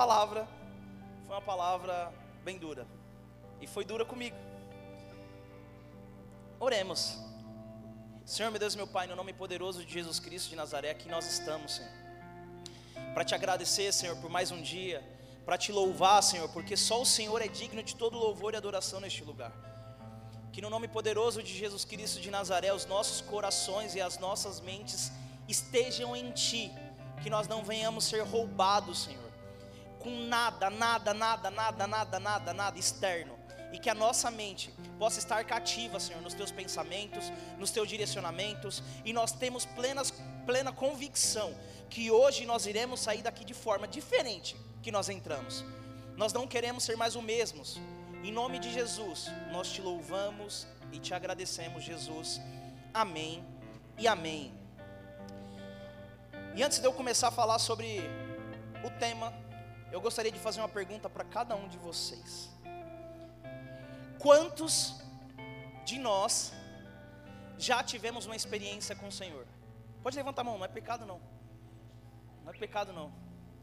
palavra foi uma palavra bem dura. E foi dura comigo. Oremos. Senhor, meu Deus e meu Pai, no nome poderoso de Jesus Cristo de Nazaré, aqui nós estamos, Senhor, para te agradecer, Senhor, por mais um dia, para te louvar, Senhor, porque só o Senhor é digno de todo louvor e adoração neste lugar. Que no nome poderoso de Jesus Cristo de Nazaré, os nossos corações e as nossas mentes estejam em Ti, que nós não venhamos ser roubados, Senhor, com nada externo, e que a nossa mente possa estar cativa, Senhor, nos Teus pensamentos, nos Teus direcionamentos, e nós temos plena convicção que hoje nós iremos sair daqui de forma diferente que nós entramos. Nós não queremos ser mais os mesmos. Em nome de Jesus, nós te louvamos e te agradecemos, Jesus. Amém e amém. E antes de eu começar a falar sobre o tema, eu gostaria de fazer uma pergunta para cada um de vocês. Quantos de nós já tivemos uma experiência com o Senhor? Pode levantar a mão, não é pecado não. Não é pecado não.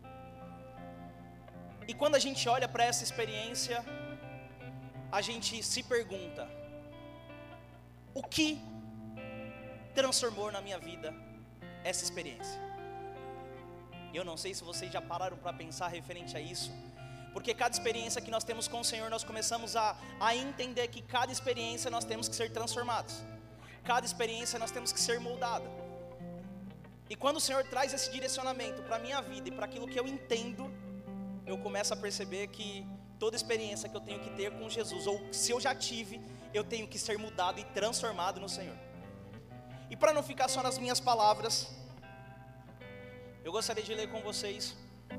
E quando a gente olha para essa experiência, a gente se pergunta: o que transformou na minha vida essa experiência? Eu não sei se vocês já pararam para pensar referente a isso, porque cada experiência que nós temos com o Senhor, nós começamos a entender que cada experiência nós temos que ser transformados, cada experiência nós temos que ser moldados. E quando o Senhor traz esse direcionamento para a minha vida e para aquilo que eu entendo, eu começo a perceber que toda experiência que eu tenho que ter com Jesus, ou se eu já tive, eu tenho que ser mudado e transformado no Senhor. E para não ficar só nas minhas palavras, eu gostaria de ler com vocês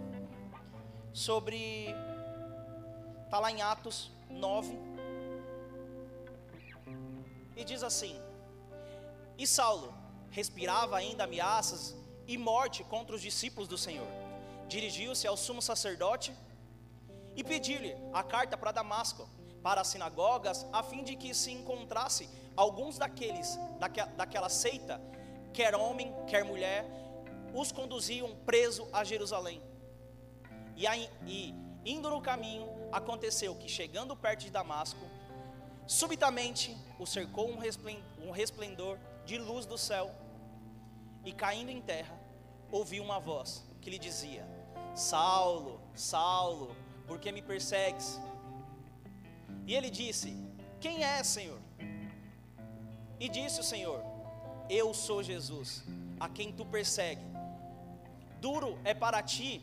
sobre, está lá em Atos 9, e diz assim: e Saulo respirava ainda ameaças e morte contra os discípulos do Senhor. Dirigiu-se ao sumo sacerdote e pediu-lhe a carta para Damasco, para as sinagogas, a fim de que se encontrasse alguns daquela seita, quer homem, quer mulher, os conduziam preso a Jerusalém. E indo no caminho, aconteceu que, chegando perto de Damasco, subitamente o cercou um resplendor de luz do céu, e caindo em terra, ouviu uma voz que lhe dizia: Saulo, Saulo, por que me persegues? E ele disse: quem é, Senhor? E disse o Senhor: eu sou Jesus, a quem tu persegue. Duro é para ti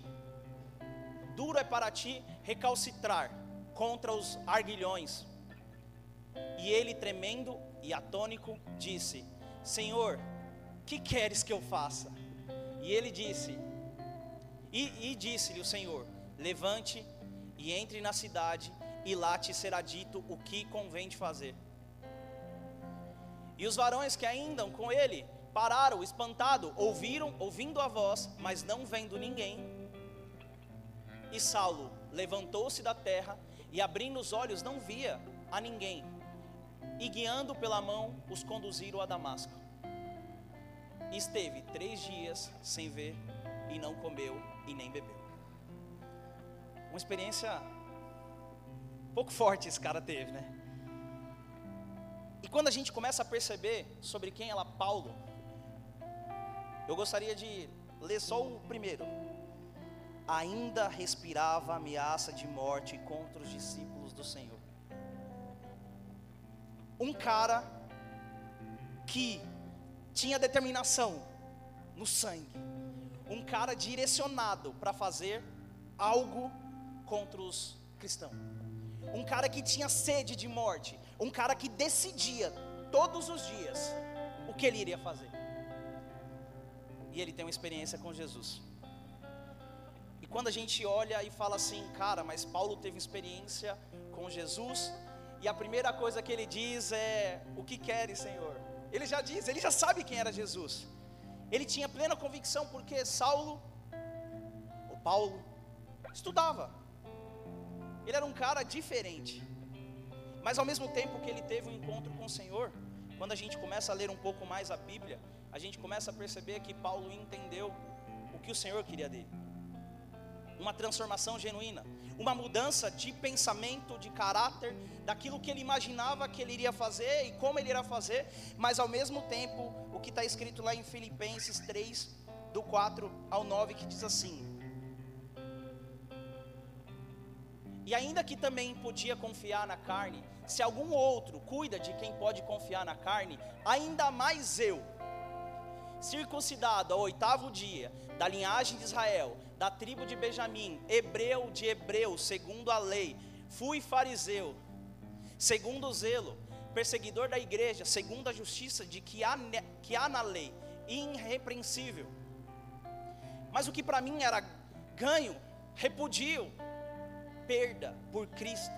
recalcitrar contra os arguilhões. E ele, tremendo e atônico, disse: Senhor, que queres que eu faça? E ele disse, e disse-lhe o Senhor: levante e entre na cidade, e lá te será dito o que convém de fazer. E os varões que ainda com ele pararam, espantados, ouvindo a voz, mas não vendo ninguém. E Saulo levantou-se da terra, e abrindo os olhos não via a ninguém, e guiando pela mão os conduziram a Damasco. E esteve 3 dias sem ver, e não comeu e nem bebeu. Uma experiência um pouco forte esse cara teve, né? E quando a gente começa a perceber sobre quem era Paulo, eu gostaria de ler só o primeiro. Ainda respirava ameaça de morte contra os discípulos do Senhor. Um cara que tinha determinação no sangue, um cara direcionado para fazer algo contra os cristãos, um cara que tinha sede de morte, um cara que decidia todos os dias o que ele iria fazer. E ele tem uma experiência com Jesus. E quando a gente olha e fala assim, cara, mas Paulo teve experiência com Jesus, e a primeira coisa que ele diz é: o que queres, Senhor? Ele já diz, ele já sabe quem era Jesus. Ele tinha plena convicção, porque Paulo estudava. Ele era um cara diferente. Mas ao mesmo tempo que ele teve um encontro com o Senhor, quando a gente começa a ler um pouco mais a Bíblia, a gente começa a perceber que Paulo entendeu o que o Senhor queria dele. uma transformação genuína, uma mudança de pensamento, de caráter, daquilo que ele imaginava que ele iria fazer e como ele iria fazer, mas ao mesmo tempo, o que está escrito lá em Filipenses 3, do 4 ao 9, que diz assim: e ainda que também podia confiar na carne, se algum outro cuida de quem pode confiar na carne, ainda mais eu, circuncidado ao 8º dia, da linhagem de Israel, da tribo de Benjamim, hebreu de hebreus, segundo a lei, fui fariseu, segundo o zelo, perseguidor da igreja, segundo a justiça de que há na lei, irrepreensível. Mas o que para mim era ganho, repudio, perda por Cristo.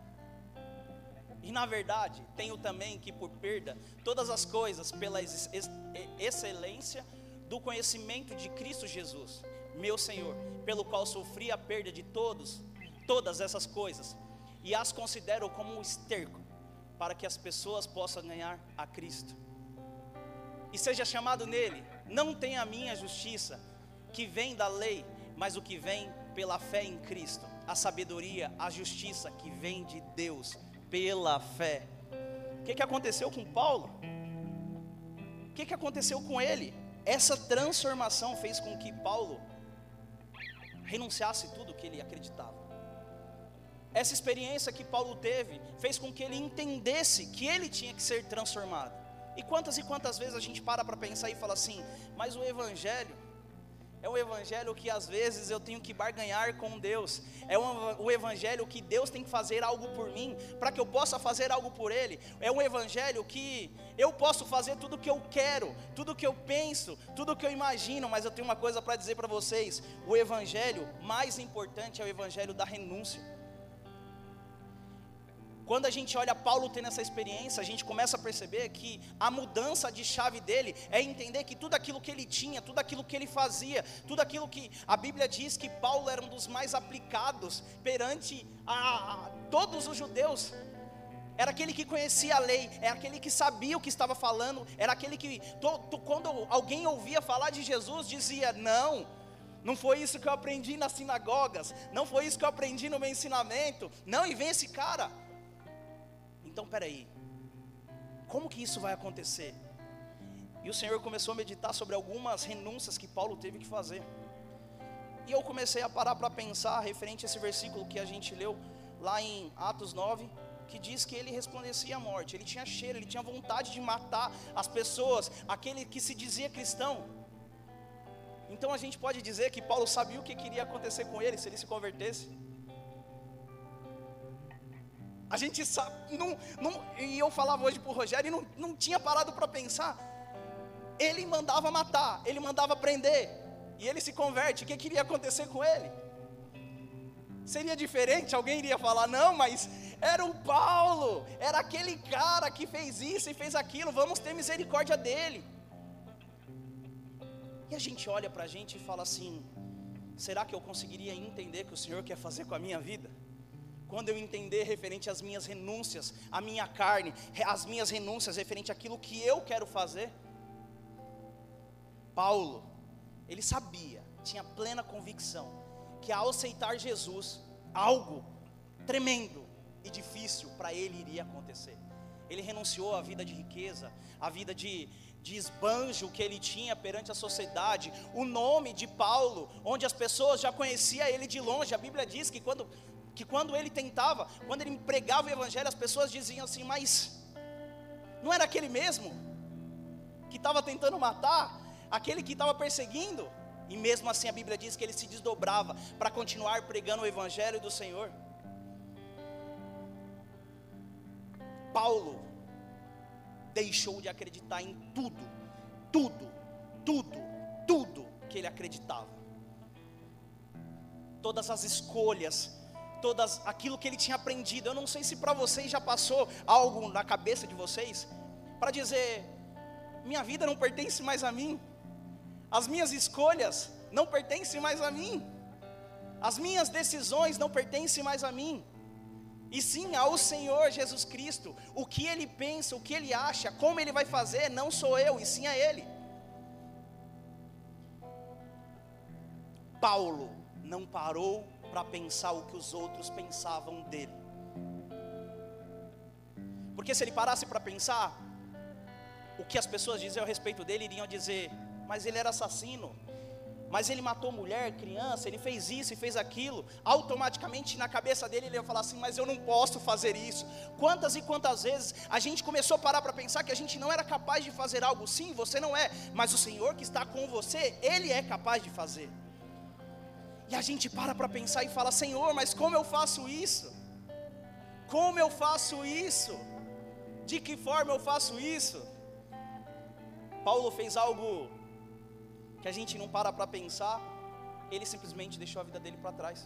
E na verdade, tenho também que por perda todas as coisas pela excelência do conhecimento de Cristo Jesus, meu Senhor, pelo qual sofri a perda de todas essas coisas, e as considero como um esterco, para que as pessoas possam ganhar a Cristo, e seja chamado nele. Não tem a minha justiça, que vem da lei, mas o que vem pela fé em Cristo, a sabedoria, a justiça que vem de Deus, pela fé. O que aconteceu com Paulo? O que aconteceu com ele? Essa transformação fez com que Paulo renunciasse tudo que ele acreditava. Essa experiência que Paulo teve fez com que ele entendesse que ele tinha que ser transformado. E quantas vezes a gente para pensar e fala assim: mas o evangelho é um evangelho que às vezes eu tenho que barganhar com Deus. É um evangelho que Deus tem que fazer algo por mim, para que eu possa fazer algo por Ele. É um evangelho que eu posso fazer tudo o que eu quero, tudo o que eu penso, tudo o que eu imagino. Mas eu tenho uma coisa para dizer para vocês: o evangelho mais importante é o evangelho da renúncia. Quando a gente olha Paulo tendo essa experiência, a gente começa a perceber que a mudança de chave dele é entender que tudo aquilo que ele tinha, tudo aquilo que ele fazia, tudo aquilo que a Bíblia diz que Paulo era um dos mais aplicados perante a todos os judeus. Era aquele que conhecia a lei, era aquele que sabia o que estava falando, era aquele que quando alguém ouvia falar de Jesus, dizia: não foi isso que eu aprendi nas sinagogas, não foi isso que eu aprendi no meu ensinamento, não, e vem esse cara. Então peraí, como que isso vai acontecer? E o Senhor começou a meditar sobre algumas renúncias que Paulo teve que fazer. E eu comecei a parar para pensar referente a esse versículo que a gente leu lá em Atos 9, que diz que ele resplandecia a morte, ele tinha cheiro, ele tinha vontade de matar as pessoas, aquele que se dizia cristão. Então a gente pode dizer que Paulo sabia o que queria acontecer com ele se ele se convertesse. A gente sabe, e eu falava hoje para o Rogério, e não tinha parado para pensar. Ele mandava matar, ele mandava prender, e ele se converte. O que iria acontecer com ele? Seria diferente? Alguém iria falar: não, mas era o Paulo, era aquele cara que fez isso e fez aquilo, vamos ter misericórdia dele. E a gente olha para a gente e fala assim: será que eu conseguiria entender o que o Senhor quer fazer com a minha vida? Quando eu entender referente às minhas renúncias, à minha carne, as minhas renúncias referente àquilo que eu quero fazer. Paulo, ele sabia, tinha plena convicção, que ao aceitar Jesus, algo tremendo e difícil para ele iria acontecer. Ele renunciou à vida de riqueza, à vida de esbanjo que ele tinha perante a sociedade, o nome de Paulo, onde as pessoas já conheciam ele de longe. A Bíblia diz que quando ele tentava, quando ele pregava o evangelho, as pessoas diziam assim: mas não era aquele mesmo que estava tentando matar, aquele que estava perseguindo? E mesmo assim a Bíblia diz que ele se desdobrava para continuar pregando o evangelho do Senhor. Paulo deixou de acreditar em tudo que ele acreditava. Todas as escolhas, aquilo que ele tinha aprendido. Eu não sei se para vocês já passou algo na cabeça de vocês para dizer: minha vida não pertence mais a mim, as minhas escolhas não pertencem mais a mim, as minhas decisões não pertencem mais a mim, e sim ao Senhor Jesus Cristo. O que Ele pensa, o que Ele acha, como Ele vai fazer, não sou eu, e sim a Ele. Paulo não parou para pensar o que os outros pensavam dele. Porque se ele parasse para pensar o que as pessoas diziam a respeito dele, iriam dizer: mas ele era assassino, mas ele matou mulher, criança, ele fez isso e fez aquilo. Automaticamente na cabeça dele ele ia falar assim: mas eu não posso fazer isso. Quantas e quantas vezes a gente começou a parar para pensar que a gente não era capaz de fazer algo. Sim, você não é, mas o Senhor que está com você, Ele é capaz de fazer. E a gente para pensar e fala: Senhor, mas como eu faço isso? Como eu faço isso? De que forma eu faço isso? Paulo fez algo que a gente não para pensar. Ele simplesmente deixou a vida dele para trás.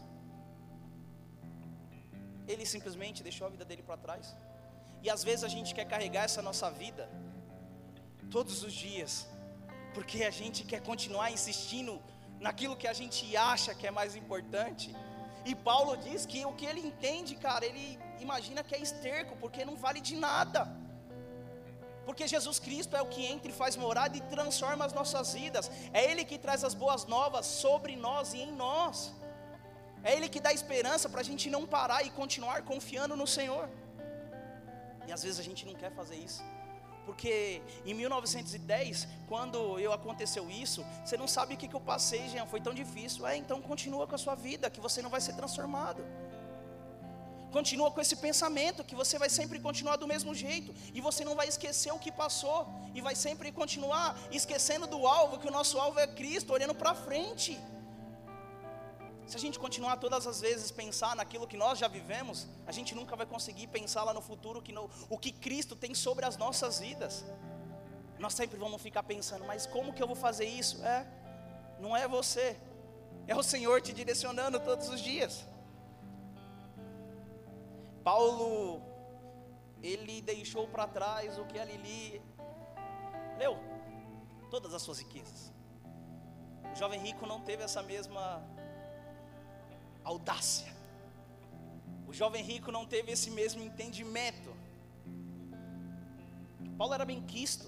Ele simplesmente deixou a vida dele para trás. E às vezes a gente quer carregar essa nossa vida todos os dias, porque a gente quer continuar insistindo naquilo que a gente acha que é mais importante. E Paulo diz que o que ele entende, cara, ele imagina que é esterco, porque não vale de nada. Porque Jesus Cristo é o que entra e faz morada e transforma as nossas vidas. É Ele que traz as boas novas sobre nós e em nós. É Ele que dá esperança para a gente não parar e continuar confiando no Senhor. E às vezes a gente não quer fazer isso. Porque em 1910, quando aconteceu isso, você não sabe o que eu passei, Jean, foi tão difícil. Então continua com a sua vida, que você não vai ser transformado. Continua com esse pensamento que você vai sempre continuar do mesmo jeito, e você não vai esquecer o que passou, e vai sempre continuar esquecendo do alvo, que o nosso alvo é Cristo, olhando para frente. Se a gente continuar todas as vezes pensar naquilo que nós já vivemos, a gente nunca vai conseguir pensar lá no futuro o que Cristo tem sobre as nossas vidas. Nós sempre vamos ficar pensando: mas como que eu vou fazer isso? Não é você, é o Senhor te direcionando todos os dias. Paulo, ele deixou para trás o que a Lili leu, todas as suas riquezas. O jovem rico não teve essa mesma audácia. O jovem rico não teve esse mesmo entendimento. Paulo era benquisto.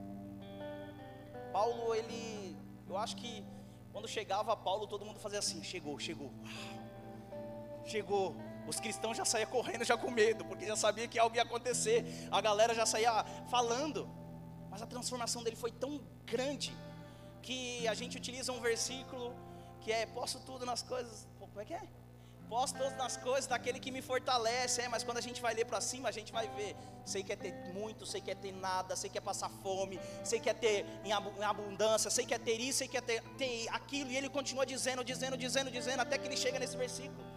Paulo, eu acho que quando chegava Paulo, todo mundo fazia assim: chegou. Os cristãos já saíam correndo já com medo, porque já sabia que algo ia acontecer. A galera já saía falando. Mas a transformação dele foi tão grande, que a gente utiliza um versículo que é: posso tudo nas coisas, como é que é? Posso tudo nas coisas daquele que me fortalece. Mas quando a gente vai ler para cima, a gente vai ver: sei que é ter muito, sei que é ter nada, sei que é passar fome, sei que é ter em abundância, sei que é ter isso, sei que é ter aquilo. E ele continua dizendo, até que ele chega nesse versículo: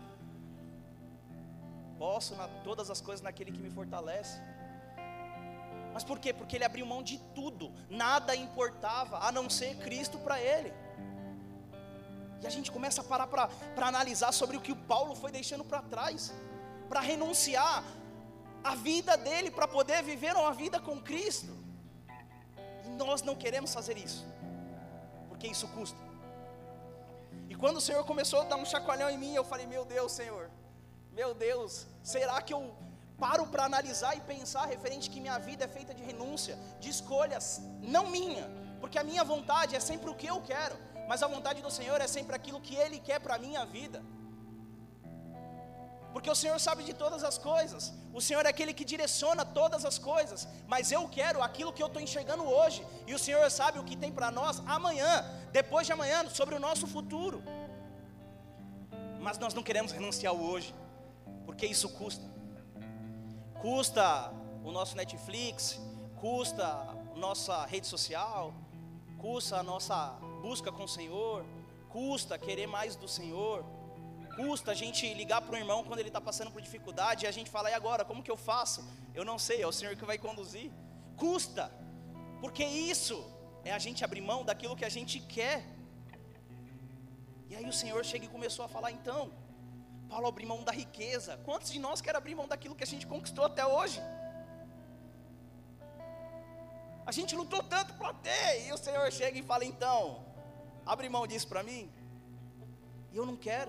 posso todas as coisas naquele que me fortalece. Mas por quê? Porque ele abriu mão de tudo. Nada importava a não ser Cristo para ele. E a gente começa a parar para analisar sobre o que o Paulo foi deixando para trás, para renunciar a vida dele, para poder viver uma vida com Cristo. E nós não queremos fazer isso, porque isso custa. E quando o Senhor começou a dar um chacoalhão em mim, eu falei: meu Deus, Senhor, meu Deus, será que eu paro para analisar e pensar referente que minha vida é feita de renúncia, de escolhas, não minha, porque a minha vontade é sempre o que eu quero, mas a vontade do Senhor é sempre aquilo que Ele quer para a minha vida. Porque o Senhor sabe de todas as coisas, o Senhor é aquele que direciona todas as coisas, mas eu quero aquilo que eu estou enxergando hoje, e o Senhor sabe o que tem para nós amanhã, depois de amanhã, sobre o nosso futuro. Mas nós não queremos renunciar ao hoje, porque isso custa. Custa o nosso Netflix, custa a nossa rede social, custa a nossa busca com o Senhor, custa querer mais do Senhor, custa a gente ligar para um irmão quando ele está passando por dificuldade, e a gente fala: e agora, como que eu faço? Eu não sei, é o Senhor que vai conduzir. Custa, porque isso é a gente abrir mão daquilo que a gente quer. E aí o Senhor chega e começou a falar: então, Paulo abriu mão da riqueza. Quantos de nós querem abrir mão daquilo que a gente conquistou até hoje? A gente lutou tanto para ter, e o Senhor chega e fala: então, abre mão disso para mim. E eu não quero.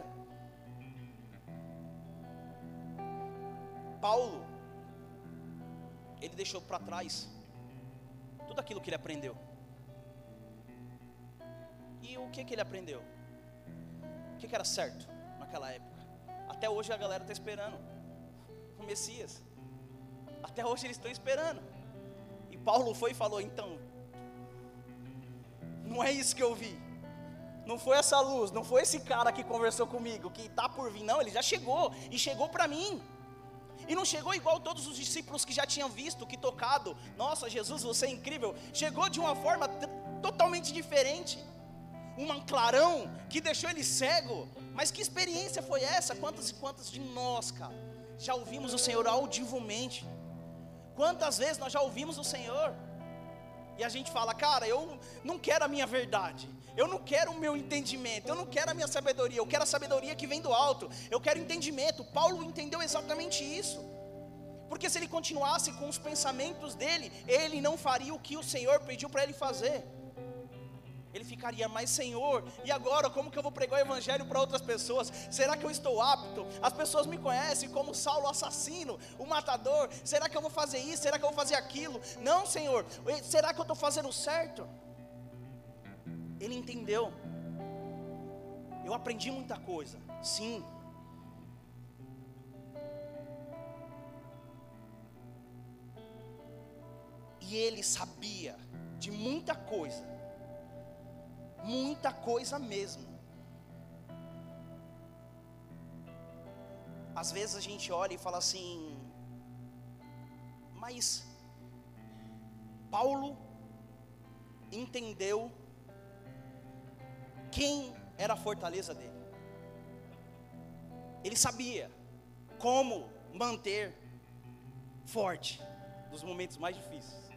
Paulo, ele deixou para trás tudo aquilo que ele aprendeu. E o que ele aprendeu? que era certo naquela época. Até hoje a galera está esperando o Messias. Até hoje eles estão esperando. E Paulo foi e falou: então, não é isso que eu vi. Não foi essa luz, não foi esse cara que conversou comigo, que está por vir. Não, ele já chegou, e chegou para mim. E não chegou igual todos os discípulos que já tinham visto, que tocado: nossa, Jesus, você é incrível. Chegou de uma forma totalmente diferente. Um clarão que deixou ele cego. Mas que experiência foi essa? Quantas e quantas de nós, cara, já ouvimos o Senhor audivelmente? Quantas vezes nós já ouvimos o Senhor e a gente fala: cara, eu não quero a minha verdade, eu não quero o meu entendimento, eu não quero a minha sabedoria, eu quero a sabedoria que vem do alto, eu quero entendimento. Paulo entendeu exatamente isso, porque se ele continuasse com os pensamentos dele, ele não faria o que o Senhor pediu para ele fazer. Ele ficaria: mas Senhor, e agora como que eu vou pregar o evangelho para outras pessoas? Será que eu estou apto? As pessoas me conhecem como Saulo, o assassino, o matador. Será que eu vou fazer isso? Será que eu vou fazer aquilo? Não, Senhor, será que eu estou fazendo certo? Ele entendeu. Eu aprendi muita coisa, sim. E ele sabia de muita coisa mesmo. Às vezes a gente olha e fala assim: mas Paulo entendeu quem era a fortaleza dele. Ele sabia como manter forte nos momentos mais difíceis.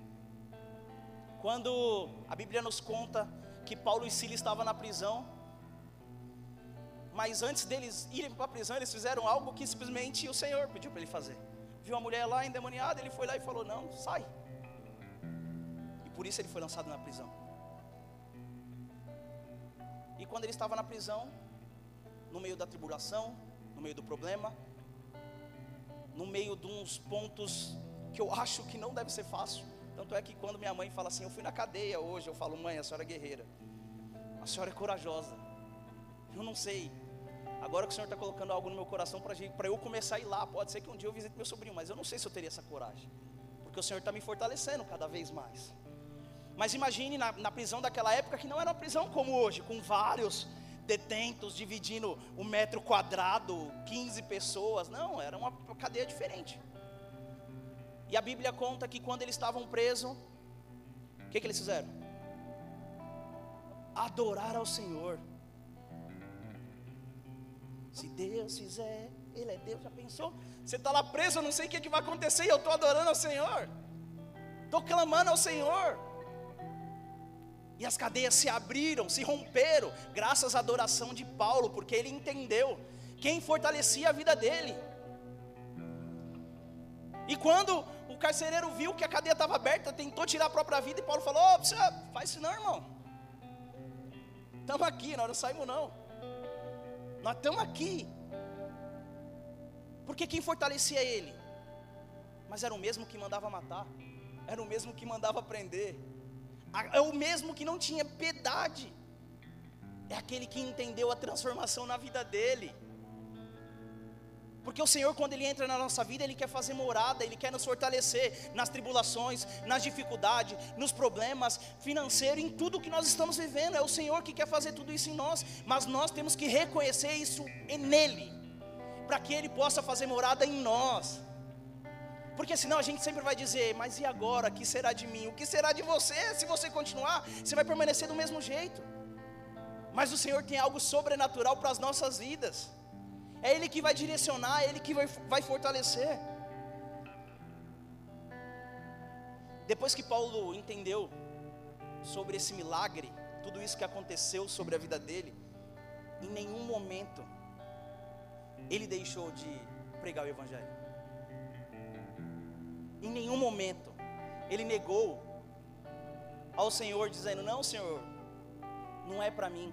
Quando a Bíblia nos conta que Paulo e Silas estavam na prisão, mas antes deles irem para a prisão, eles fizeram algo que simplesmente o Senhor pediu para ele fazer. Viu uma mulher lá endemoniada, ele foi lá e falou: não, sai. E por isso ele foi lançado na prisão. E quando ele estava na prisão, no meio da tribulação, no meio do problema, no meio de uns pontos que eu acho que não deve ser fácil. Tanto é que quando minha mãe fala assim: eu fui na cadeia hoje, eu falo: mãe, a senhora é guerreira, a senhora é corajosa. Eu não sei, agora que o Senhor está colocando algo no meu coração para eu começar a ir lá. Pode ser que um dia eu visite meu sobrinho, mas eu não sei se eu teria essa coragem, porque o Senhor está me fortalecendo cada vez mais. Mas imagine na prisão daquela época, que não era uma prisão como hoje, com vários detentos dividindo 1 metro quadrado, 15 pessoas. Não, era uma cadeia diferente. E a Bíblia conta que quando eles estavam presos, o que eles fizeram? Adorar ao Senhor. Se Deus fizer, Ele é Deus. Já pensou? Você está lá preso, eu não sei o que vai acontecer, e eu estou adorando ao Senhor, estou clamando ao Senhor. E as cadeias se abriram, se romperam, graças à adoração de Paulo, porque ele entendeu quem fortalecia a vida dele. E quando o carcereiro viu que a cadeia estava aberta, tentou tirar a própria vida, e Paulo falou: ô, você faz isso não, irmão. Estamos aqui, nós não saímos não. Nós estamos aqui. Porque quem fortalecia ele? Mas era o mesmo que mandava matar, era o mesmo que mandava prender, é o mesmo que não tinha piedade. É aquele que entendeu a transformação na vida dele. Porque o Senhor, quando Ele entra na nossa vida, Ele quer fazer morada, Ele quer nos fortalecer nas tribulações, nas dificuldades, nos problemas financeiros, em tudo que nós estamos vivendo. É o Senhor que quer fazer tudo isso em nós, mas nós temos que reconhecer isso nele, para que Ele possa fazer morada em nós. Porque senão a gente sempre vai dizer: mas e agora? O que será de mim? O que será de você? Se você continuar, você vai permanecer do mesmo jeito. Mas o Senhor tem algo sobrenatural para as nossas vidas. É Ele que vai direcionar, é Ele que vai fortalecer. Depois que Paulo entendeu sobre esse milagre, tudo isso que aconteceu sobre a vida dele, em nenhum momento ele deixou de pregar o Evangelho. Em nenhum momento ele negou ao Senhor, dizendo: não, Senhor, não é para mim.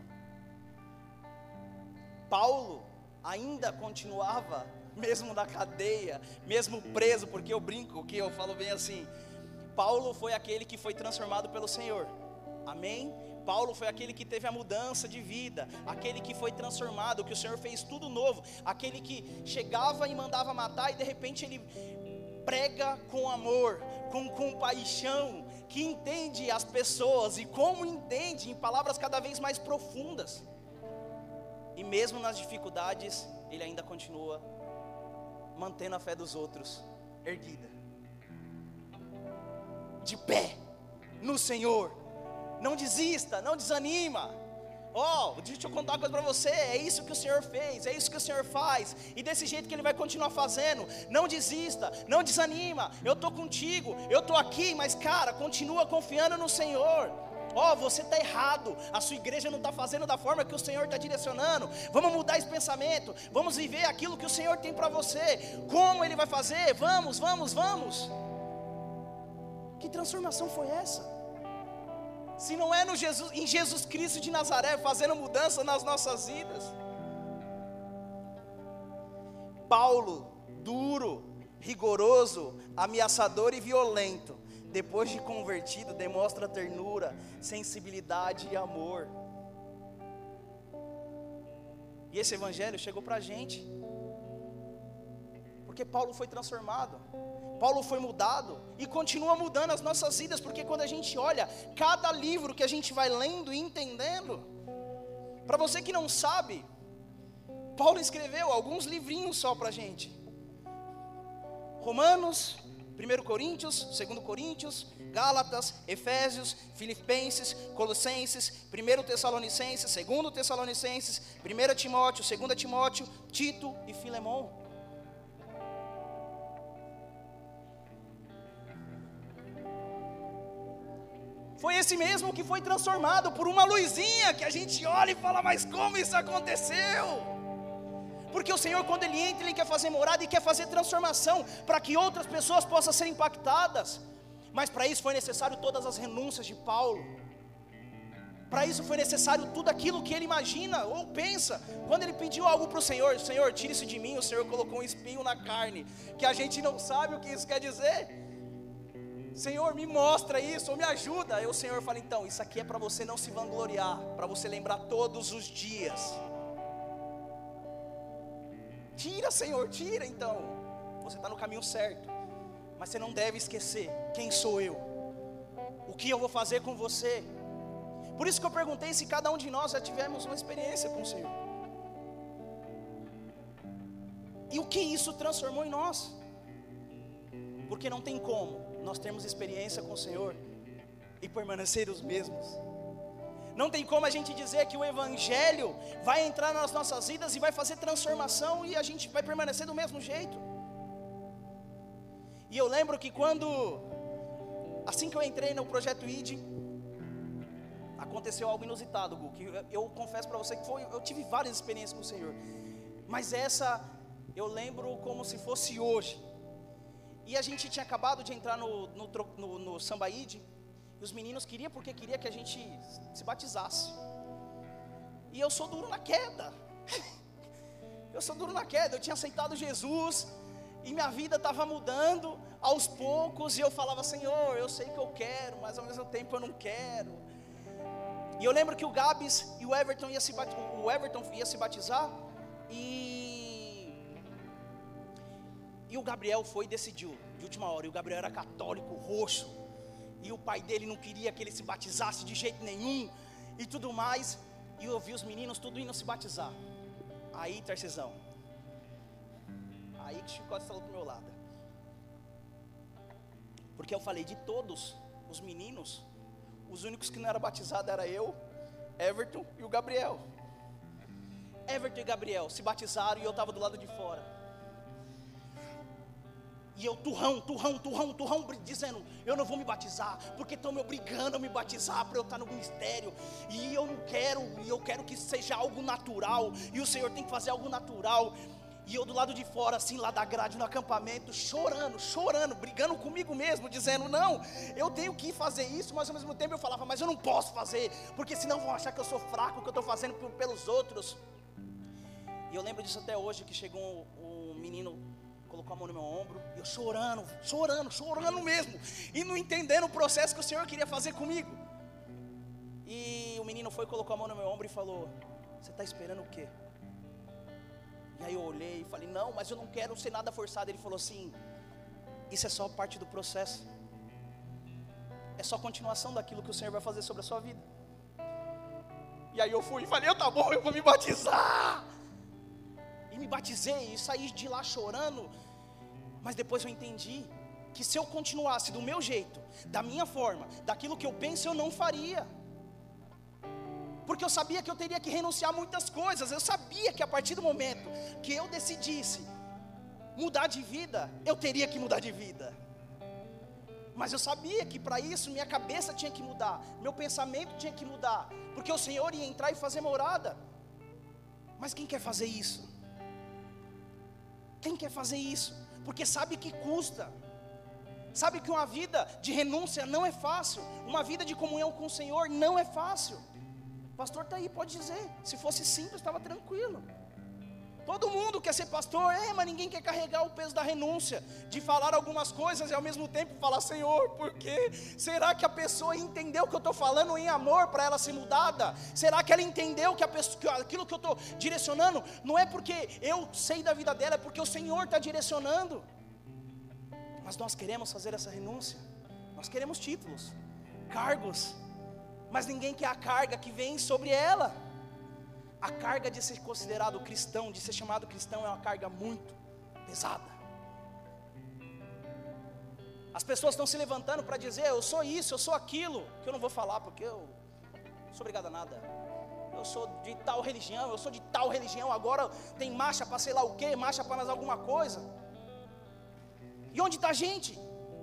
Paulo ainda continuava, mesmo na cadeia, mesmo preso, porque eu brinco, que eu falo bem assim: Paulo foi aquele que foi transformado pelo Senhor, amém? Paulo foi aquele que teve a mudança de vida, aquele que foi transformado, que o Senhor fez tudo novo, aquele que chegava e mandava matar, e de repente ele prega com amor, com compaixão, que entende as pessoas, e como entende, em palavras cada vez mais profundas. E mesmo nas dificuldades, ele ainda continua mantendo a fé dos outros erguida, de pé no Senhor. Não desista, não desanima. Deixa eu contar uma coisa para você. É isso que o Senhor fez, é isso que o Senhor faz, e desse jeito que Ele vai continuar fazendo. Não desista, não desanima. Eu estou contigo, eu estou aqui. Mas cara, continua confiando no Senhor. Você está errado, a sua igreja não está fazendo da forma que o Senhor está direcionando. Vamos mudar esse pensamento, vamos viver aquilo que o Senhor tem para você. Como Ele vai fazer? Vamos. Que transformação foi essa? Se não é em Jesus Cristo de Nazaré, fazendo mudança nas nossas vidas. Paulo, duro, rigoroso, ameaçador e violento, depois de convertido, demonstra ternura, sensibilidade e amor. E esse evangelho chegou para a gente, porque Paulo foi transformado, Paulo foi mudado, e continua mudando as nossas vidas, porque quando a gente olha, cada livro que a gente vai lendo e entendendo, para você que não sabe, Paulo escreveu alguns livrinhos só para a gente: Romanos, 1 Coríntios, 2 Coríntios, Gálatas, Efésios, Filipenses, Colossenses, 1 Tessalonicenses, 2 Tessalonicenses, 1 Timóteo, 2 Timóteo, Tito e Filemão. Foi esse mesmo que foi transformado por uma luzinha que a gente olha e fala: mas como isso aconteceu? Porque o Senhor, quando Ele entra, Ele quer fazer morada e quer fazer transformação, para que outras pessoas possam ser impactadas. Mas para isso foi necessário todas as renúncias de Paulo. Para isso foi necessário tudo aquilo que ele imagina ou pensa. Quando ele pediu algo para o Senhor: Senhor, tira isso de mim. O Senhor colocou um espinho na carne, que a gente não sabe o que isso quer dizer. Senhor, me mostra isso, ou me ajuda. Aí o Senhor fala: então, isso aqui é para você não se vangloriar, para você lembrar todos os dias. Tira, Senhor, tira. Então, você está no caminho certo, mas você não deve esquecer quem sou eu, o que eu vou fazer com você. Por isso que eu perguntei se cada um de nós já tivemos uma experiência com o Senhor, e o que isso transformou em nós. Porque não tem como nós termos experiência com o Senhor e permanecer os mesmos. Não tem como a gente dizer que o Evangelho vai entrar nas nossas vidas e vai fazer transformação e a gente vai permanecer do mesmo jeito. E eu lembro que assim que eu entrei no Projeto ID, aconteceu algo inusitado, Gu, que eu confesso para você que eu tive várias experiências com o Senhor, mas essa eu lembro como se fosse hoje. E a gente tinha acabado de entrar no Samba ID, e os meninos queriam que a gente se batizasse. E eu sou duro na queda. Eu tinha aceitado Jesus, e minha vida estava mudando aos poucos, e eu falava: Senhor, eu sei que eu quero, mas ao mesmo tempo eu não quero. E eu lembro que o Gabs e o Everton ia se batizar, e o Gabriel foi e decidiu, de última hora. E o Gabriel era católico, roxo, e o pai dele não queria que ele se batizasse de jeito nenhum, e tudo mais. E eu vi os meninos tudo indo se batizar. Aí, Tarcisão, aí que o chicote falou pro meu lado, porque eu falei: de todos os meninos, os únicos que não eram batizados era eu, Everton e o Gabriel. Everton e Gabriel se batizaram e eu estava do lado de fora. E eu turrão, dizendo: eu não vou me batizar, porque estão me obrigando a me batizar para eu estar no ministério, e eu não quero, e eu quero que seja algo natural, e o Senhor tem que fazer algo natural. E eu do lado de fora, assim, lá da grade, no acampamento, chorando, brigando comigo mesmo, dizendo: não, eu tenho que fazer isso, mas ao mesmo tempo eu falava: mas eu não posso fazer, porque senão vão achar que eu sou fraco, que eu estou fazendo pelos outros. E eu lembro disso até hoje, que chegou um menino, colocou a mão no meu ombro, e eu chorando mesmo, e não entendendo o processo que o Senhor queria fazer comigo. E o menino foi, colocou a mão no meu ombro e falou: você está esperando o quê? E aí eu olhei e falei: não, mas eu não quero ser nada forçado. Ele falou assim: isso é só parte do processo, é só continuação daquilo que o Senhor vai fazer sobre a sua vida. E aí eu fui e falei: tá bom, eu vou me batizar. E me batizei e saí de lá chorando. Mas depois eu entendi que se eu continuasse do meu jeito, da minha forma, daquilo que eu penso, eu não faria. Porque eu sabia que eu teria que renunciar a muitas coisas. Eu sabia que a partir do momento que eu decidisse mudar de vida, eu teria que mudar de vida. Mas eu sabia que para isso minha cabeça tinha que mudar, meu pensamento tinha que mudar, porque o Senhor ia entrar e fazer morada. Mas quem quer fazer isso? Quem quer fazer isso? Porque sabe que custa. Sabe que uma vida de renúncia não é fácil. Uma vida de comunhão com o Senhor não é fácil. O pastor está aí, pode dizer. Se fosse simples, estava tranquilo. Todo mundo quer ser pastor, mas ninguém quer carregar o peso da renúncia, de falar algumas coisas e ao mesmo tempo falar: Senhor, por quê? Será que a pessoa entendeu o que eu estou falando em amor para ela ser mudada? Será que ela entendeu que aquilo que eu estou direcionando não é porque eu sei da vida dela, é porque o Senhor está direcionando? Mas nós queremos fazer essa renúncia, nós queremos títulos, cargos, mas ninguém quer a carga que vem sobre ela. A carga de ser considerado cristão, de ser chamado cristão, é uma carga muito pesada. As pessoas estão se levantando para dizer: eu sou isso, eu sou aquilo, que eu não vou falar porque eu não sou obrigado a nada. Eu sou de tal religião, eu sou de tal religião, agora tem marcha para sei lá o quê, marcha para mais alguma coisa. E onde está a gente?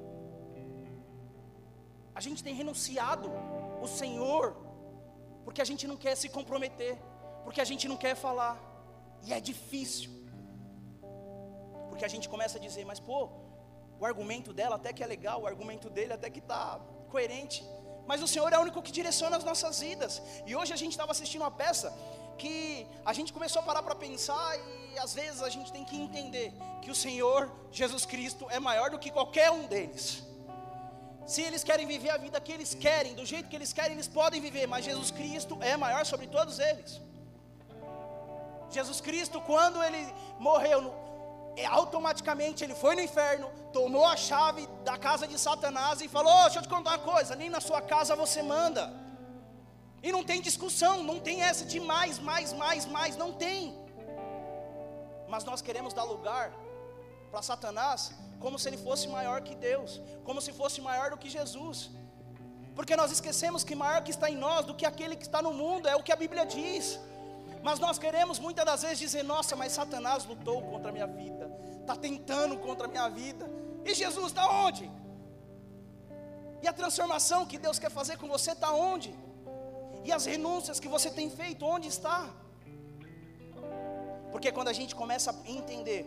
A gente tem renunciado o Senhor, porque a gente não quer se comprometer, porque a gente não quer falar, e é difícil, porque a gente começa a dizer: mas pô, o argumento dela até que é legal, o argumento dele até que está coerente, mas o Senhor é o único que direciona as nossas vidas. E hoje a gente estava assistindo uma peça que a gente começou a parar para pensar, e às vezes a gente tem que entender que o Senhor Jesus Cristo é maior do que qualquer um deles. Se eles querem viver a vida que eles querem, do jeito que eles querem, eles podem viver, mas Jesus Cristo é maior sobre todos eles. Jesus Cristo, quando ele morreu, automaticamente ele foi no inferno, tomou a chave da casa de Satanás e falou: deixa eu te contar uma coisa, nem na sua casa você manda. E não tem discussão, não tem essa de mais, não tem. Mas nós queremos dar lugar para Satanás como se ele fosse maior que Deus, como se fosse maior do que Jesus, porque nós esquecemos que maior que está em nós do que aquele que está no mundo, é o que a Bíblia diz. Mas nós queremos muitas das vezes dizer: nossa, mas Satanás lutou contra a minha vida, está tentando contra a minha vida, e Jesus está onde? E a transformação que Deus quer fazer com você está onde? E as renúncias que você tem feito, onde está? Porque quando a gente começa a entender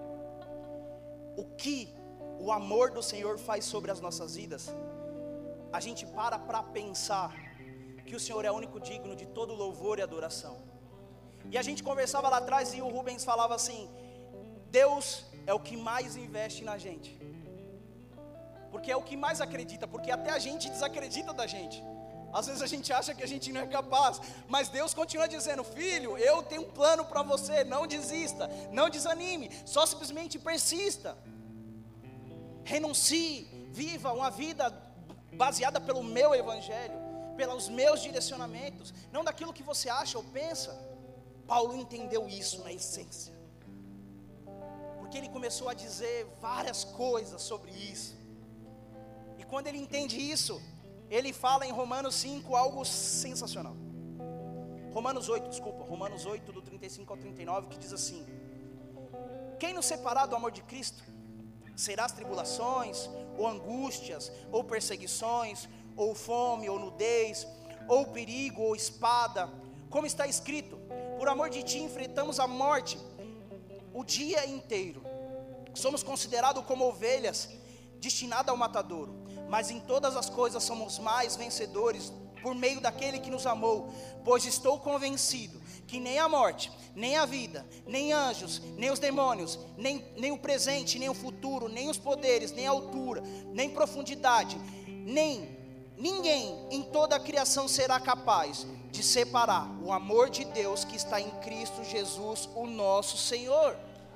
o que o amor do Senhor faz sobre as nossas vidas, a gente para pensar que o Senhor é o único digno de todo louvor e adoração. E a gente conversava lá atrás e o Rubens falava assim: Deus é o que mais investe na gente, porque é o que mais acredita, porque até a gente desacredita da gente. Às vezes a gente acha que a gente não é capaz, mas Deus continua dizendo: filho, eu tenho um plano para você, não desista, não desanime, só simplesmente persista, renuncie, viva uma vida baseada pelo meu evangelho, pelos meus direcionamentos, não daquilo que você acha ou pensa. Paulo entendeu isso na essência, porque ele começou a dizer várias coisas sobre isso, e quando ele entende isso, ele fala em Romanos 5 algo sensacional. Romanos 8 do 35 ao 39, que diz assim: quem nos separar do amor de Cristo? Será as tribulações, ou angústias, ou perseguições, ou fome, ou nudez, ou perigo, ou espada? Como está escrito: por amor de ti enfrentamos a morte o dia inteiro. Somos considerados como ovelhas destinadas ao matadouro, mas em todas as coisas somos mais vencedores por meio daquele que nos amou. Pois estou convencido que nem a morte, nem a vida, nem anjos, nem os demônios, nem o presente, nem o futuro, nem os poderes, nem a altura, nem profundidade, nem ninguém em toda a criação será capaz de separar o amor de Deus que está em Cristo Jesus, o nosso Senhor.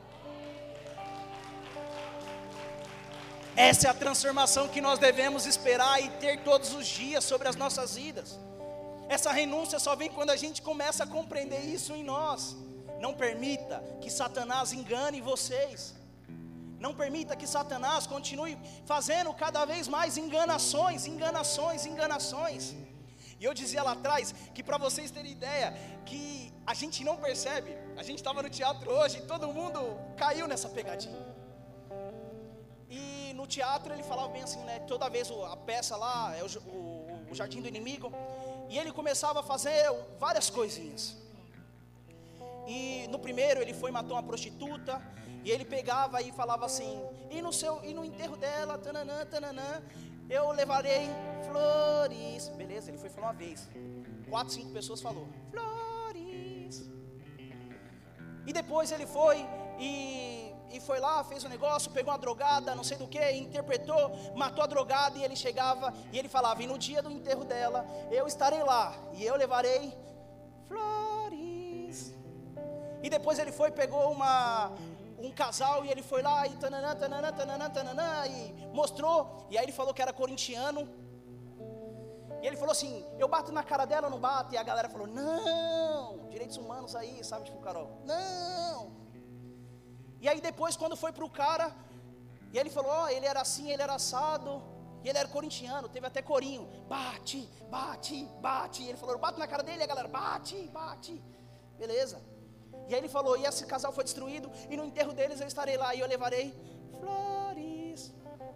Essa é a transformação que nós devemos esperar e ter todos os dias sobre as nossas vidas. Essa renúncia só vem quando a gente começa a compreender isso em nós. Não permita que Satanás engane vocês. Não permita que Satanás continue fazendo cada vez mais enganações. E eu dizia lá atrás que, para vocês terem ideia, que a gente não percebe. A gente estava no teatro hoje e todo mundo caiu nessa pegadinha. E no teatro ele falava bem assim, né? Toda vez a peça lá é o Jardim do Inimigo. E ele começava a fazer várias coisinhas. E no primeiro ele foi e matou uma prostituta. E ele pegava e falava assim: e no enterro dela, tananã, tananã, eu levarei flores. Beleza, ele foi falar uma vez. 4, 5 pessoas falou flores. E depois ele foi e foi lá, fez um negócio, pegou uma drogada, não sei do que, interpretou, matou a drogada. E ele chegava e ele falava: e no dia do enterro dela, eu estarei lá e eu levarei flores. E depois ele foi, pegou um casal e ele foi lá e tananã, tananã, tananã, tananã, e mostrou. E aí ele falou que era corintiano. E ele falou assim: eu bato na cara dela ou não bato? E a galera falou: não, direitos humanos aí, sabe, tipo Carol, não. E aí depois, quando foi pro cara, e ele falou: ó, ele era assim, ele era assado, e ele era corintiano, teve até corinho, bate, bate, bate. E ele falou: eu bato na cara dele. E a galera: bate, bate. Beleza. E aí ele falou: e esse casal foi destruído, e no enterro deles eu estarei lá e eu levarei flores.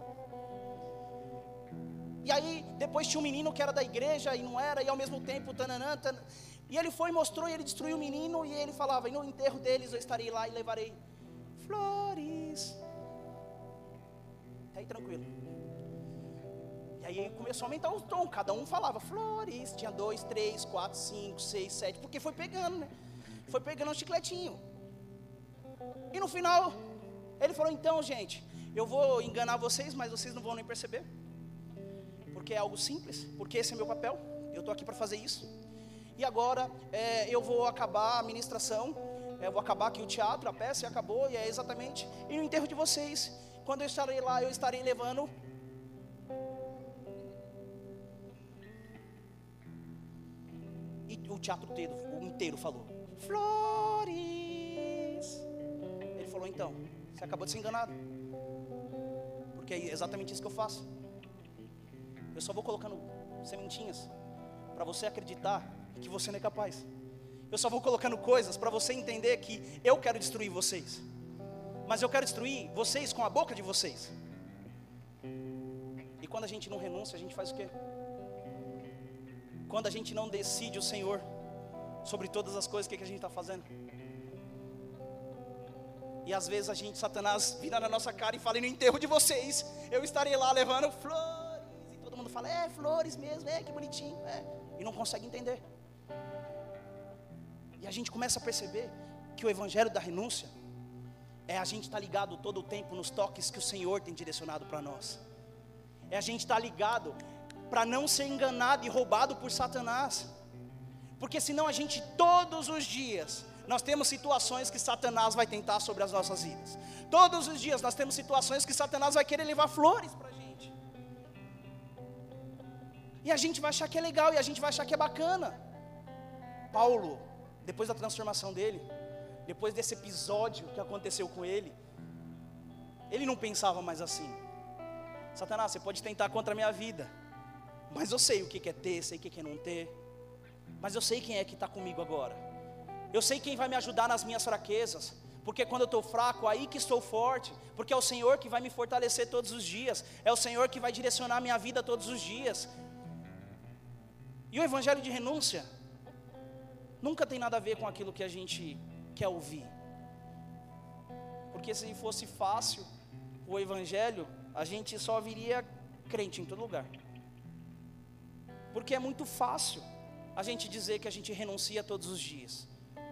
E aí depois tinha um menino que era da igreja e não era, e ao mesmo tempo tananã, tananã. E ele foi e mostrou, e ele destruiu o menino. E ele falava: e no enterro deles eu estarei lá e levarei flores. Tá aí tranquilo. E aí começou a aumentar o tom, cada um falava flores. Tinha 2, 3, 4, 5, 6, 7, porque foi pegando, né? Foi pegando um chicletinho. E no final ele falou: então, gente, eu vou enganar vocês, mas vocês não vão nem perceber, porque é algo simples, porque esse é meu papel, eu estou aqui para fazer isso. E agora eu vou acabar a ministração, eu vou acabar aqui o teatro, a peça, e acabou. E é exatamente, e no enterro de vocês, quando eu estarei lá, eu estarei levando e o teatro inteiro falou flores. Ele falou: então, você acabou de ser enganado, porque é exatamente isso que eu faço. Eu só vou colocando sementinhas para você acreditar que você não é capaz. Eu só vou colocando coisas para você entender que eu quero destruir vocês, mas eu quero destruir vocês com a boca de vocês. E quando a gente não renuncia, a gente faz o quê? Quando a gente não decide o Senhor sobre todas as coisas, o que a gente está fazendo? E às vezes Satanás vira na nossa cara e fala: e no enterro de vocês eu estarei lá levando flores. E todo mundo fala: é flores mesmo, é que bonitinho, é. E não consegue entender. E a gente começa a perceber que o evangelho da renúncia é a gente estar ligado todo o tempo nos toques que o Senhor tem direcionado para nós. É a gente estar ligado para não ser enganado e roubado por Satanás. Porque senão a gente, todos os dias, nós temos situações que Satanás vai tentar sobre as nossas vidas. Todos os dias nós temos situações que Satanás vai querer levar flores para a gente. E a gente vai achar que é legal, e a gente vai achar que é bacana. Paulo, depois da transformação dele, depois desse episódio que aconteceu com ele não pensava mais assim: Satanás, você pode tentar contra a minha vida, mas eu sei o que é ter, sei o que é não ter. Mas eu sei quem é que está comigo agora. Eu sei quem vai me ajudar nas minhas fraquezas, porque quando eu estou fraco, aí que estou forte. Porque é o Senhor que vai me fortalecer todos os dias, é o Senhor que vai direcionar a minha vida todos os dias. E o evangelho de renúncia nunca tem nada a ver com aquilo que a gente quer ouvir. Porque se fosse fácil o evangelho, a gente só viria crente em todo lugar. Porque é muito fácil a gente dizer que a gente renuncia todos os dias,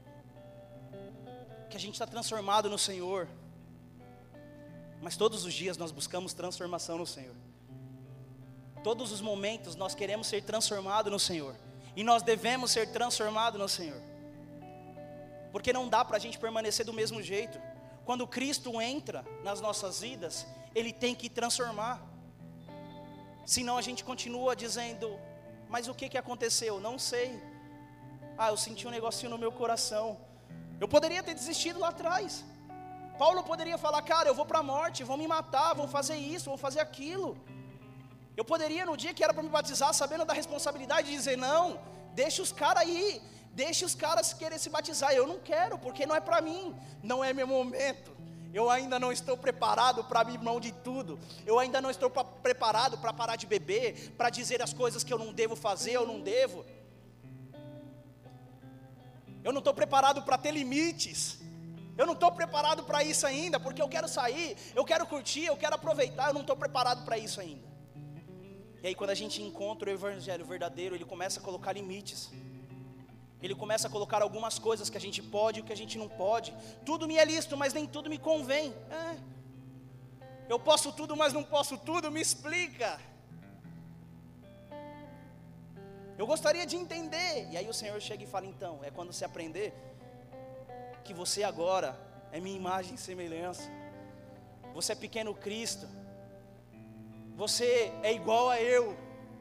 que a gente está transformado no Senhor, mas todos os dias nós buscamos transformação no Senhor. todos os momentos nós queremos ser transformados no Senhor. E nós devemos ser transformados no Senhor. Porque não dá para a gente permanecer do mesmo jeito. Quando Cristo entra nas nossas vidas, Ele tem que transformar. Senão a gente continua dizendo, mas o que aconteceu? Não sei. Eu senti um negocinho no meu coração. Eu poderia ter desistido lá atrás. Paulo poderia falar, cara, eu vou para a morte, vão me matar, vão fazer isso, vão fazer aquilo. Eu poderia, no dia que era para me batizar, sabendo da responsabilidade, de dizer, não, deixa os caras aí, deixa os caras querer se batizar. Eu não quero, porque não é para mim, não é meu momento. Eu ainda não estou preparado para abrir mão de tudo. Eu ainda não estou preparado para parar de beber, para dizer as coisas que eu não devo fazer, eu não devo. Eu não estou preparado para ter limites. Eu não estou preparado para isso ainda, porque eu quero sair, eu quero curtir, eu quero aproveitar, eu não estou preparado para isso ainda. E aí quando a gente encontra o evangelho verdadeiro, ele começa a colocar limites. Ele começa a colocar algumas coisas que a gente pode e o que a gente não pode. Tudo me é lícito, mas nem tudo me convém. Eu posso tudo, mas não posso tudo, me explica. Eu gostaria de entender. E aí o Senhor chega e fala, então, é quando você aprender que você agora é minha imagem e semelhança. Você é pequeno Cristo. Você é igual a eu.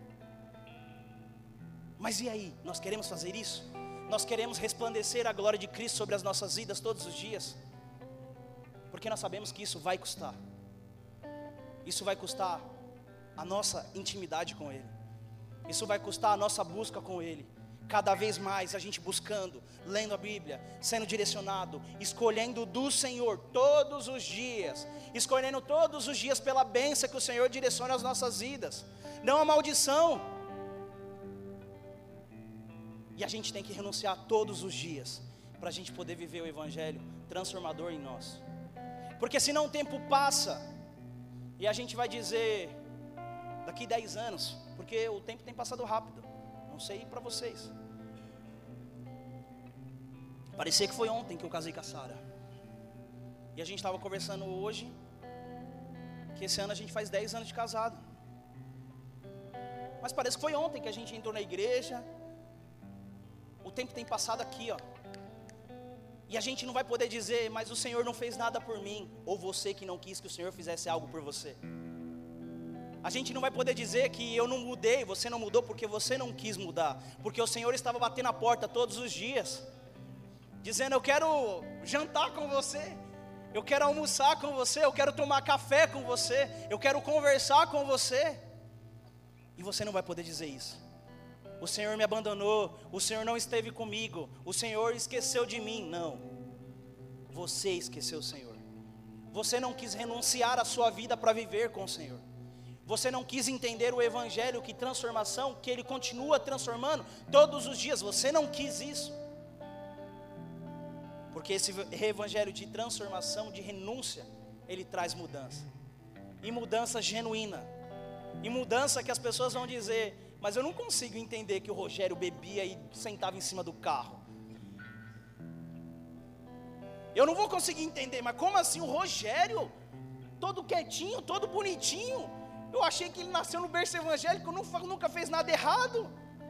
Mas e aí? Nós queremos fazer isso? Nós queremos resplandecer a glória de Cristo sobre as nossas vidas todos os dias? Porque nós sabemos que isso vai custar. Isso vai custar a nossa intimidade com Ele. Isso vai custar a nossa busca com Ele. Cada vez mais a gente buscando, lendo a Bíblia, sendo direcionado, escolhendo do Senhor todos os dias, escolhendo todos os dias pela bênção que o Senhor direciona as nossas vidas, não a maldição. E a gente tem que renunciar todos os dias, para a gente poder viver o Evangelho transformador em nós. Porque senão o tempo passa, e a gente vai dizer, daqui 10 anos, porque o tempo tem passado rápido. Não sei para vocês. Parecia que foi ontem que eu casei com a Sara. E a gente estava conversando hoje, que esse ano a gente faz 10 anos de casado. Mas parece que foi ontem que a gente entrou na igreja. O tempo tem passado aqui, ó. E a gente não vai poder dizer, mas o Senhor não fez nada por mim. Ou você que não quis que o Senhor fizesse algo por você. A gente não vai poder dizer que eu não mudei, você não mudou porque você não quis mudar. Porque o Senhor estava batendo a porta todos os dias, dizendo, eu quero jantar com você, eu quero almoçar com você, eu quero tomar café com você, eu quero conversar com você. E você não vai poder dizer isso. O Senhor me abandonou, o Senhor não esteve comigo, o Senhor esqueceu de mim. Não, você esqueceu o Senhor. Você não quis renunciar à sua vida para viver com o Senhor. Você não quis entender o Evangelho, que transformação, que Ele continua transformando todos os dias. Você não quis isso. Porque esse Evangelho de transformação, de renúncia, ele traz mudança. E mudança genuína. E mudança que as pessoas vão dizer, mas eu não consigo entender que o Rogério bebia e sentava em cima do carro. Eu não vou conseguir entender, mas como assim o Rogério, todo quietinho, todo bonitinho? Eu achei que ele nasceu no berço evangélico, nunca fez nada errado.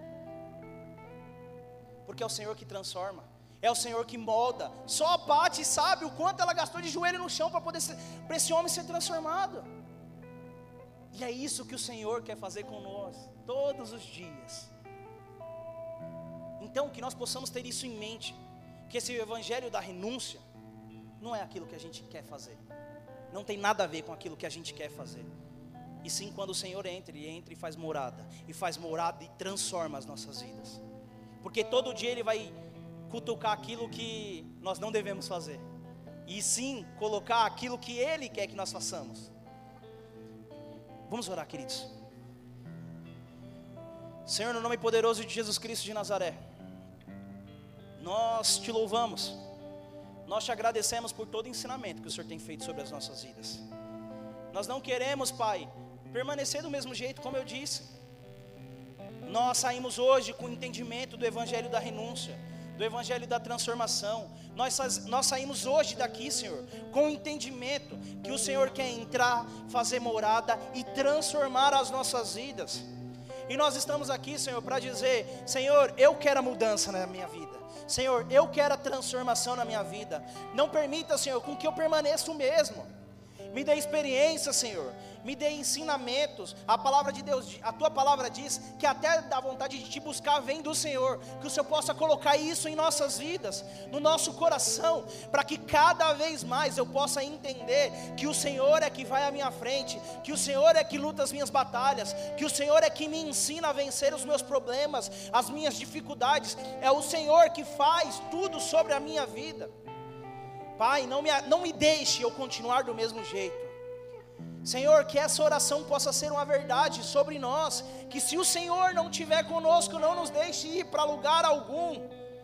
Porque é o Senhor que transforma, é o Senhor que molda. Só a Pati sabe o quanto ela gastou de joelho no chão para esse homem ser transformado. E é isso que o Senhor quer fazer com nós, todos os dias. Então que nós possamos ter isso em mente, que esse Evangelho da renúncia não é aquilo que a gente quer fazer, não tem nada a ver com aquilo que a gente quer fazer. E sim, quando o Senhor entra, Ele entra e faz morada e transforma as nossas vidas. Porque todo dia Ele vai cutucar aquilo que nós não devemos fazer, e sim, colocar aquilo que Ele quer que nós façamos. Vamos orar, queridos. Senhor, no nome poderoso de Jesus Cristo de Nazaré, nós Te louvamos, nós Te agradecemos por todo o ensinamento que o Senhor tem feito sobre as nossas vidas. Nós não queremos, Pai, permanecer do mesmo jeito, como eu disse. Nós saímos hoje com o entendimento do Evangelho da renúncia. do evangelho da transformação. Nós saímos hoje daqui, Senhor, com o entendimento que o Senhor quer entrar, fazer morada e transformar as nossas vidas. E nós estamos aqui, Senhor, para dizer: Senhor, eu quero a mudança na minha vida. Senhor, eu quero a transformação na minha vida. Não permita, Senhor, com que eu permaneça o mesmo. Me dê experiência, Senhor. Me dê ensinamentos. A palavra de Deus, a tua palavra diz que até da vontade de te buscar vem do Senhor. Que o Senhor possa colocar isso em nossas vidas, no nosso coração, para que cada vez mais eu possa entender que o Senhor é que vai à minha frente, que o Senhor é que luta as minhas batalhas, que o Senhor é que me ensina a vencer os meus problemas, as minhas dificuldades. É o Senhor que faz tudo sobre a minha vida. Pai, não me deixe eu continuar do mesmo jeito. Senhor, que essa oração possa ser uma verdade sobre nós, que se o Senhor não estiver conosco, não nos deixe ir para lugar algum,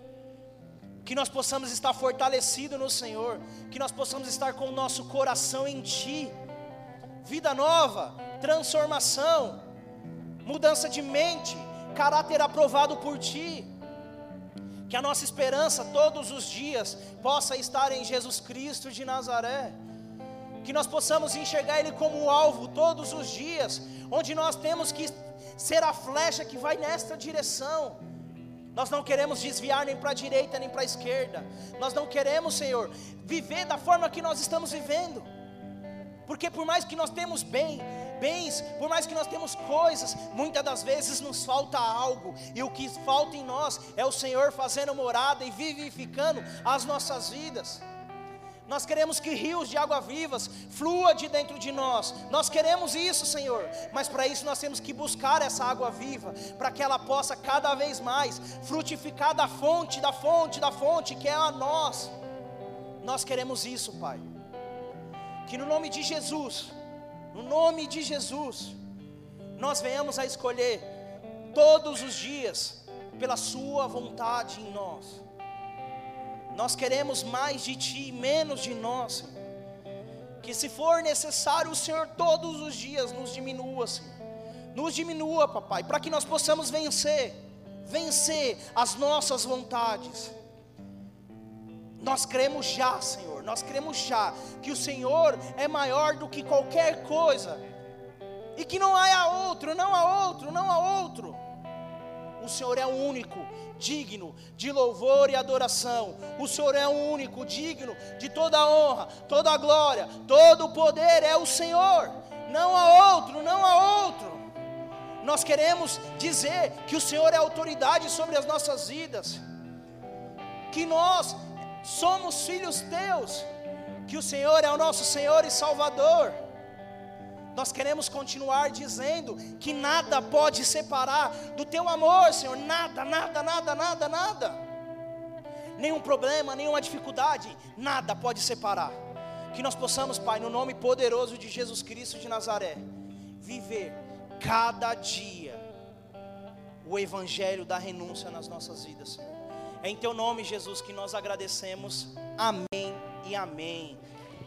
que nós possamos estar fortalecidos no Senhor, que nós possamos estar com o nosso coração em Ti, vida nova, transformação, mudança de mente, caráter aprovado por Ti. Que a nossa esperança todos os dias possa estar em Jesus Cristo de Nazaré. Que nós possamos enxergar Ele como alvo todos os dias, onde nós temos que ser a flecha que vai nesta direção. Nós não queremos desviar nem para a direita nem para a esquerda. Nós não queremos, Senhor, viver da forma que nós estamos vivendo. Porque por mais que nós temos bens, por mais que nós temos coisas, muitas das vezes nos falta algo, e o que falta em nós é o Senhor fazendo morada e vivificando as nossas vidas. Nós queremos que rios de água vivas fluam de dentro de nós. Nós queremos isso, Senhor, mas para isso nós temos que buscar essa água viva, para que ela possa cada vez mais frutificar da fonte que é a nós. Nós queremos isso, Pai. Que no nome de Jesus, nós venhamos a escolher todos os dias pela Sua vontade em nós. Nós queremos mais de Ti e menos de nós, Senhor. Que se for necessário, o Senhor todos os dias nos diminua, Senhor. Nos diminua, Papai, para que nós possamos vencer as nossas vontades. Nós cremos já, Senhor, nós cremos já que o Senhor é maior do que qualquer coisa, e que não há outro. O Senhor é o único digno de louvor e adoração. O Senhor é o único digno de toda a honra, toda a glória, todo o poder é o Senhor. Não há outro. Nós queremos dizer que o Senhor é autoridade sobre as nossas vidas, que nós somos filhos Teus, que o Senhor é o nosso Senhor e Salvador. Nós queremos continuar dizendo que nada pode separar do Teu amor, Senhor. Nada. Nenhum problema, nenhuma dificuldade, nada pode separar. Que nós possamos, Pai, no nome poderoso de Jesus Cristo de Nazaré, viver cada dia o evangelho da renúncia nas nossas vidas, Senhor. É em Teu nome, Jesus, que nós agradecemos. Amém e amém.